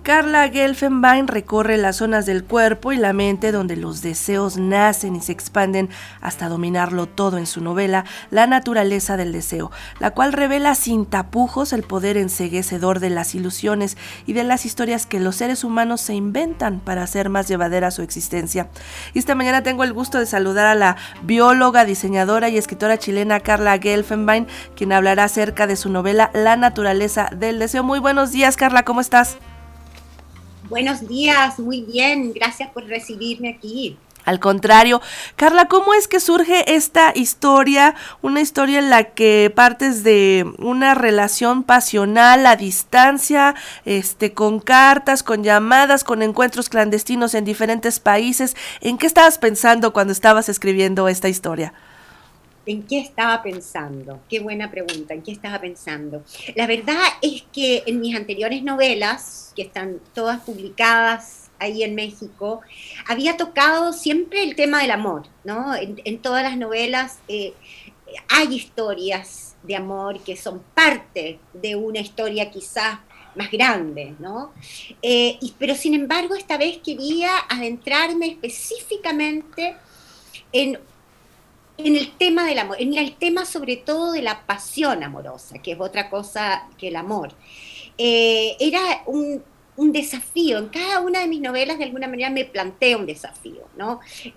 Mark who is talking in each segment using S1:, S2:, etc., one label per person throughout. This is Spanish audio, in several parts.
S1: Carla Gelfenbein recorre las zonas del cuerpo y la mente donde los deseos nacen y se expanden hasta dominarlo todo en su novela La naturaleza del deseo, la cual revela sin tapujos el poder enceguecedor de las ilusiones y de las historias que los seres humanos se inventan para hacer más llevadera su existencia. Y esta mañana tengo el gusto de saludar a la bióloga, diseñadora y escritora chilena Carla Gelfenbein, quien hablará acerca de su novela La naturaleza del deseo. Muy buenos días, Carla, ¿cómo estás?
S2: Buenos días, muy bien, gracias por recibirme aquí.
S1: Al contrario, Carla, ¿cómo es que surge esta historia? Una historia en la que partes de una relación pasional a distancia, con cartas, con llamadas, con encuentros clandestinos en diferentes países. ¿En qué estabas pensando cuando estabas escribiendo esta historia?
S2: ¿En qué estaba pensando? Qué buena pregunta, ¿en qué estaba pensando? La verdad es que en mis anteriores novelas, que están todas publicadas ahí en México, había tocado siempre el tema del amor, ¿no? En todas las novelas hay historias de amor que son parte de una historia quizás más grande, ¿no? Pero sin embargo, esta vez quería adentrarme específicamente en el tema del amor, en el tema sobre todo de la pasión amorosa, que es otra cosa que el amor. Era un desafío, en cada una de mis novelas de alguna manera me planteo un desafío, ¿no?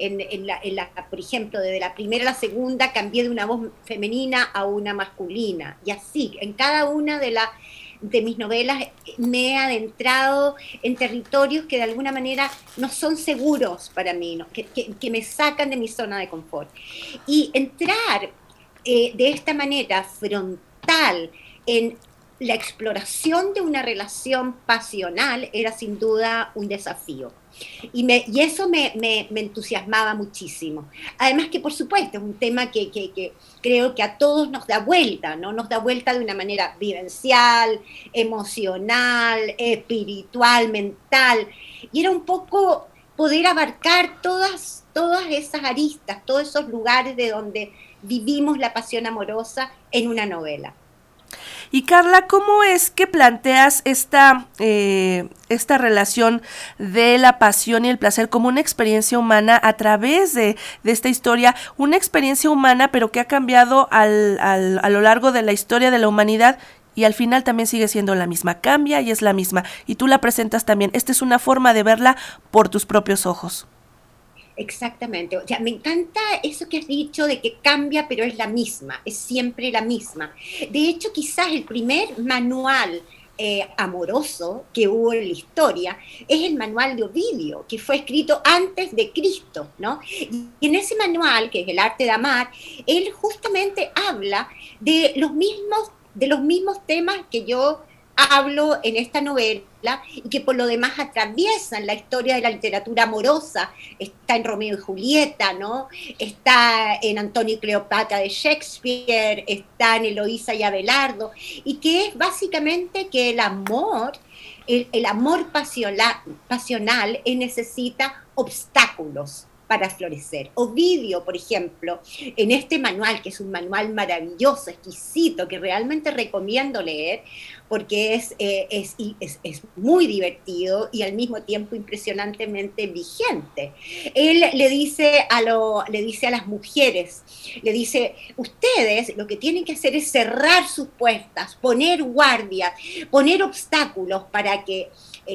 S2: Por ejemplo, desde la primera a la segunda cambié de una voz femenina a una masculina, y así, en cada una de mis novelas me he adentrado en territorios que de alguna manera no son seguros para mí, ¿no? que me sacan de mi zona de confort. Y entrar de esta manera frontal en la exploración de una relación pasional era sin duda un desafío. Y eso me entusiasmaba muchísimo. Además que, por supuesto, es un tema que creo que a todos nos da vuelta, ¿no? Nos da vuelta de una manera vivencial, emocional, espiritual, mental. Y era un poco poder abarcar todas esas aristas, todos esos lugares de donde vivimos la pasión amorosa en una novela.
S1: Y Carla, ¿cómo es que planteas esta relación de la pasión y el placer como una experiencia humana a través de esta historia? Una experiencia humana, pero que ha cambiado a lo largo de la historia de la humanidad y al final también sigue siendo la misma. Cambia y es la misma. Y tú la presentas también. Esta es una forma de verla por tus propios ojos.
S2: Exactamente, o sea, me encanta eso que has dicho de que cambia, pero es la misma, es siempre la misma. De hecho, quizás el primer manual amoroso que hubo en la historia es el manual de Ovidio, que fue escrito antes de Cristo, ¿no? Y en ese manual, que es el arte de amar, él justamente habla de los mismos temas que yo hablo en esta novela y que por lo demás atraviesan la historia de la literatura amorosa. Está en Romeo y Julieta, ¿no? Está en Antonio y Cleopatra de Shakespeare, está en Eloísa y Abelardo, y que es básicamente que el amor, el amor pasional necesita obstáculos para florecer. Ovidio, por ejemplo, en este manual, que es un manual maravilloso, exquisito, que realmente recomiendo leer, porque es muy divertido y al mismo tiempo impresionantemente vigente. Él le dice a las mujeres, le dice, ustedes lo que tienen que hacer es cerrar sus puertas, poner guardia, poner obstáculos para que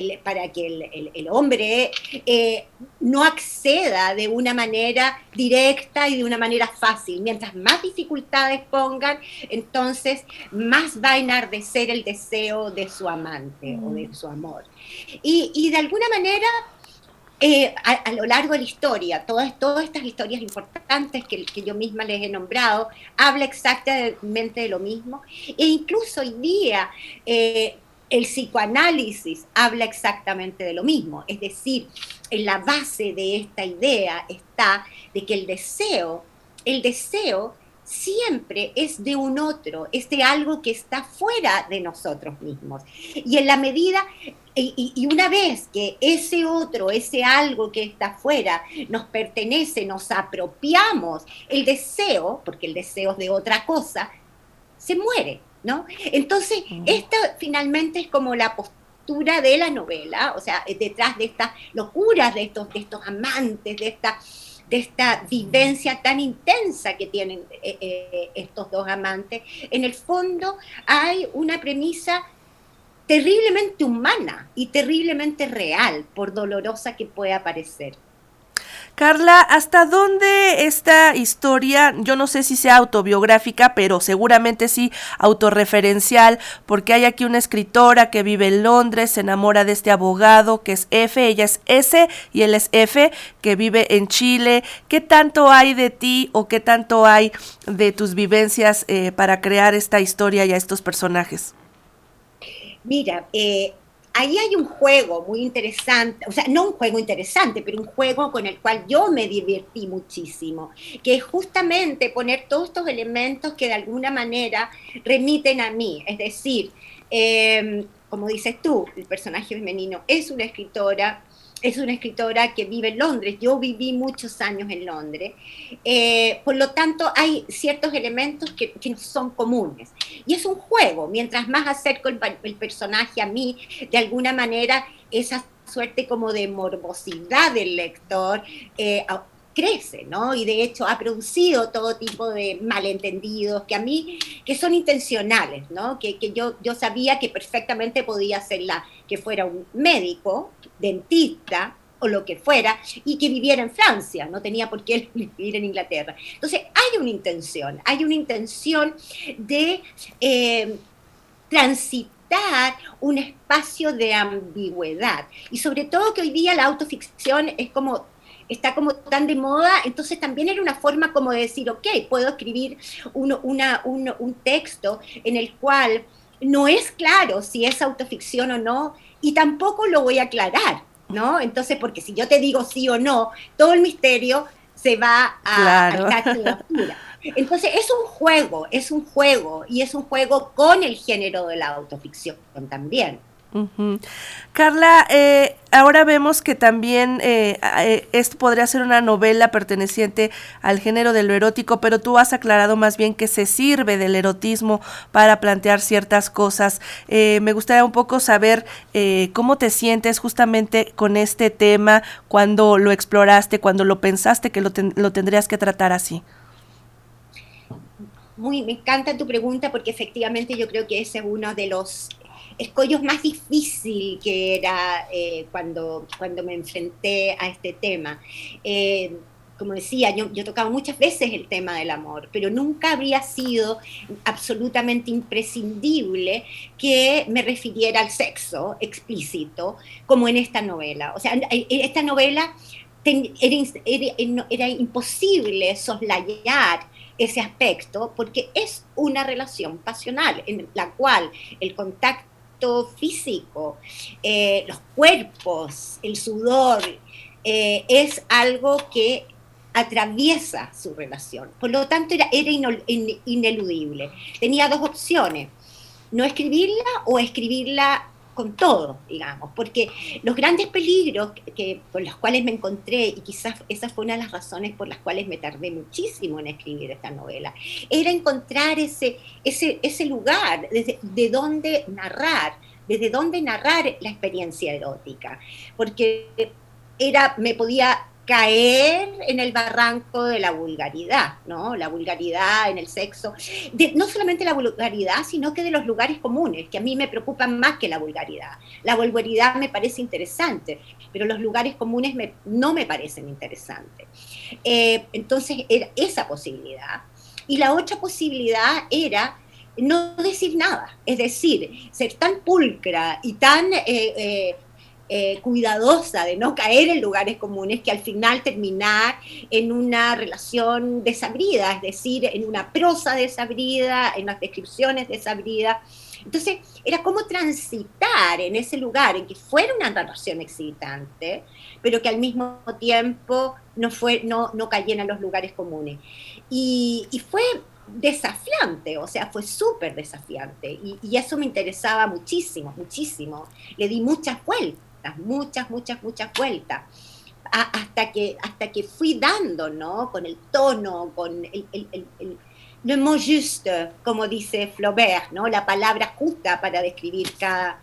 S2: el hombre no acceda de una manera directa y de una manera fácil. Mientras más dificultades pongan, entonces más va a enardecer el deseo de su amante o de su amor. Y de alguna manera, a lo largo de la historia, todas estas historias importantes que yo misma les he nombrado, habla exactamente de lo mismo. E incluso hoy día, el psicoanálisis habla exactamente de lo mismo. Es decir, en la base de esta idea está de que el deseo siempre es de un otro, es de algo que está fuera de nosotros mismos. Y en la medida, y una vez que ese otro, ese algo que está fuera, nos pertenece, nos apropiamos, el deseo, porque el deseo es de otra cosa, se muere, ¿no? Entonces, esta finalmente es como la postura estructura de la novela, o sea, detrás de estas locuras de estos amantes, de esta vivencia tan intensa que tienen estos dos amantes, en el fondo hay una premisa terriblemente humana y terriblemente real, por dolorosa que pueda parecer.
S1: Carla, ¿hasta dónde esta historia, yo no sé si sea autobiográfica, pero seguramente sí autorreferencial, porque hay aquí una escritora que vive en Londres, se enamora de este abogado que es F, ella es S y él es F, que vive en Chile? ¿Qué tanto hay de ti o qué tanto hay de tus vivencias para crear esta historia y a estos personajes?
S2: Mira, ahí hay un juego muy interesante, o sea, no un juego interesante, pero un juego con el cual yo me divertí muchísimo, que es justamente poner todos estos elementos que de alguna manera remiten a mí. Es decir, como dices tú, el personaje femenino es una escritora que vive en Londres. Yo viví muchos años en Londres, por lo tanto hay ciertos elementos que no son comunes. Y es un juego, mientras más acerco el personaje a mí, de alguna manera esa suerte como de morbosidad del lector crece, ¿no? Y de hecho ha producido todo tipo de malentendidos que a mí, que son intencionales, ¿no? Que yo sabía que perfectamente podía ser que fuera un médico, dentista, o lo que fuera, y que viviera en Francia, no tenía por qué vivir en Inglaterra. Entonces hay una intención de transitar un espacio de ambigüedad, y sobre todo que hoy día la autoficción está como tan de moda. Entonces también era una forma como de decir, ok, puedo escribir un texto en el cual no es claro si es autoficción o no, y tampoco lo voy a aclarar, ¿no? Entonces, porque si yo te digo sí o no, todo el misterio se va
S1: Claro.
S2: al tacho de basura. Entonces es un juego, y es un juego con el género de la autoficción también.
S1: Uh-huh. Carla, ahora vemos que también esto podría ser una novela perteneciente al género de lo erótico, pero tú has aclarado más bien que se sirve del erotismo para plantear ciertas cosas. Me gustaría un poco saber cómo te sientes justamente con este tema, cuando lo exploraste, cuando lo pensaste que lo tendrías que tratar así.
S2: Me encanta tu pregunta, porque efectivamente yo creo que ese es uno de los escollos más difícil que era cuando me enfrenté a este tema. Como decía, yo tocaba muchas veces el tema del amor, pero nunca habría sido absolutamente imprescindible que me refiriera al sexo explícito, como en esta novela. O sea, esta novela era imposible soslayar ese aspecto, porque es una relación pasional en la cual el contacto físico, los cuerpos, el sudor, es algo que atraviesa su relación. Por lo tanto, era ineludible. Tenía dos opciones: no escribirla o escribirla con todo, digamos, porque los grandes peligros por los cuales me encontré, y quizás esa fue una de las razones por las cuales me tardé muchísimo en escribir esta novela, era encontrar ese lugar desde donde narrar la experiencia erótica, porque me podía caer en el barranco de la vulgaridad, ¿no? La vulgaridad en el sexo, no solamente la vulgaridad, sino que de los lugares comunes, que a mí me preocupan más que la vulgaridad. La vulgaridad me parece interesante, pero los lugares comunes no me parecen interesantes. Entonces era esa posibilidad. Y la otra posibilidad era no decir nada, es decir, ser tan pulcra y tan cuidadosa de no caer en lugares comunes, que al final terminar en una relación desabrida, es decir, en una prosa desabrida, en las descripciones desabridas. Entonces, era como transitar en ese lugar en que fuera una narración excitante, pero que al mismo tiempo no cayera en los lugares comunes. Y fue desafiante, o sea, fue súper desafiante, y eso me interesaba muchísimo, muchísimo. Le di muchas vueltas, muchas vueltas, hasta que fui dando, ¿no? Con el tono, con le mot juste, como dice Flaubert, ¿no? La palabra justa para describir cada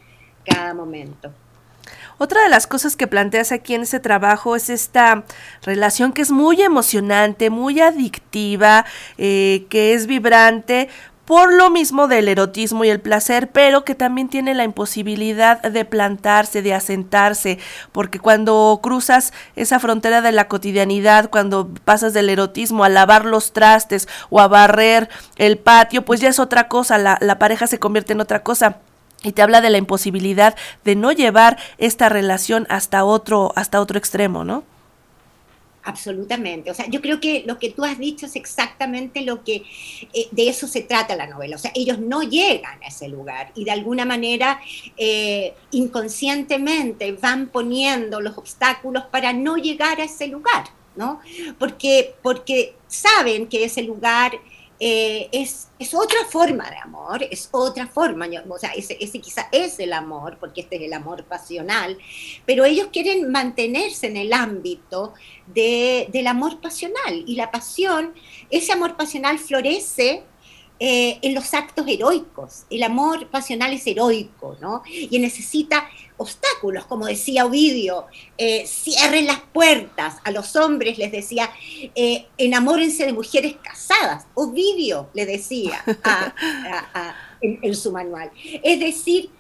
S2: cada momento.
S1: Otra de las cosas que planteas aquí en ese trabajo es esta relación que es muy emocionante, muy adictiva, que es vibrante, por lo mismo del erotismo y el placer, pero que también tiene la imposibilidad de plantarse, de asentarse, porque cuando cruzas esa frontera de la cotidianidad, cuando pasas del erotismo a lavar los trastes o a barrer el patio, pues ya es otra cosa, la pareja se convierte en otra cosa. Y te habla de la imposibilidad de no llevar esta relación hasta otro extremo, ¿no?
S2: Absolutamente. O sea, yo creo que lo que tú has dicho es exactamente lo que, de eso se trata la novela. O sea, ellos no llegan a ese lugar y de alguna manera inconscientemente van poniendo los obstáculos para no llegar a ese lugar, ¿no? Porque saben que ese lugar es otra forma de amor, es otra forma, o sea, ese quizá es el amor, porque este es el amor pasional, pero ellos quieren mantenerse en el ámbito del amor pasional, y la pasión, ese amor pasional florece en los actos heroicos. El amor pasional es heroico, ¿no? Y necesita obstáculos, como decía Ovidio, cierren las puertas. A los hombres les decía, enamórense de mujeres casadas. Ovidio le decía en su manual. Es decir,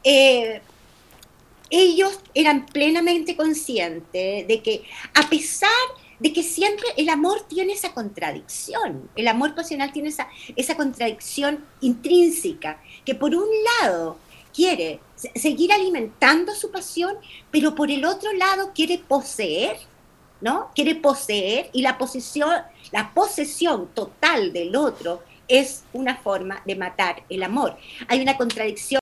S2: ellos eran plenamente conscientes de que, a pesar de que siempre el amor tiene esa contradicción, el amor pasional tiene esa contradicción intrínseca, que por un lado quiere seguir alimentando su pasión, pero por el otro lado quiere poseer, ¿no? Quiere poseer, y la posesión total del otro es una forma de matar el amor. Hay una contradicción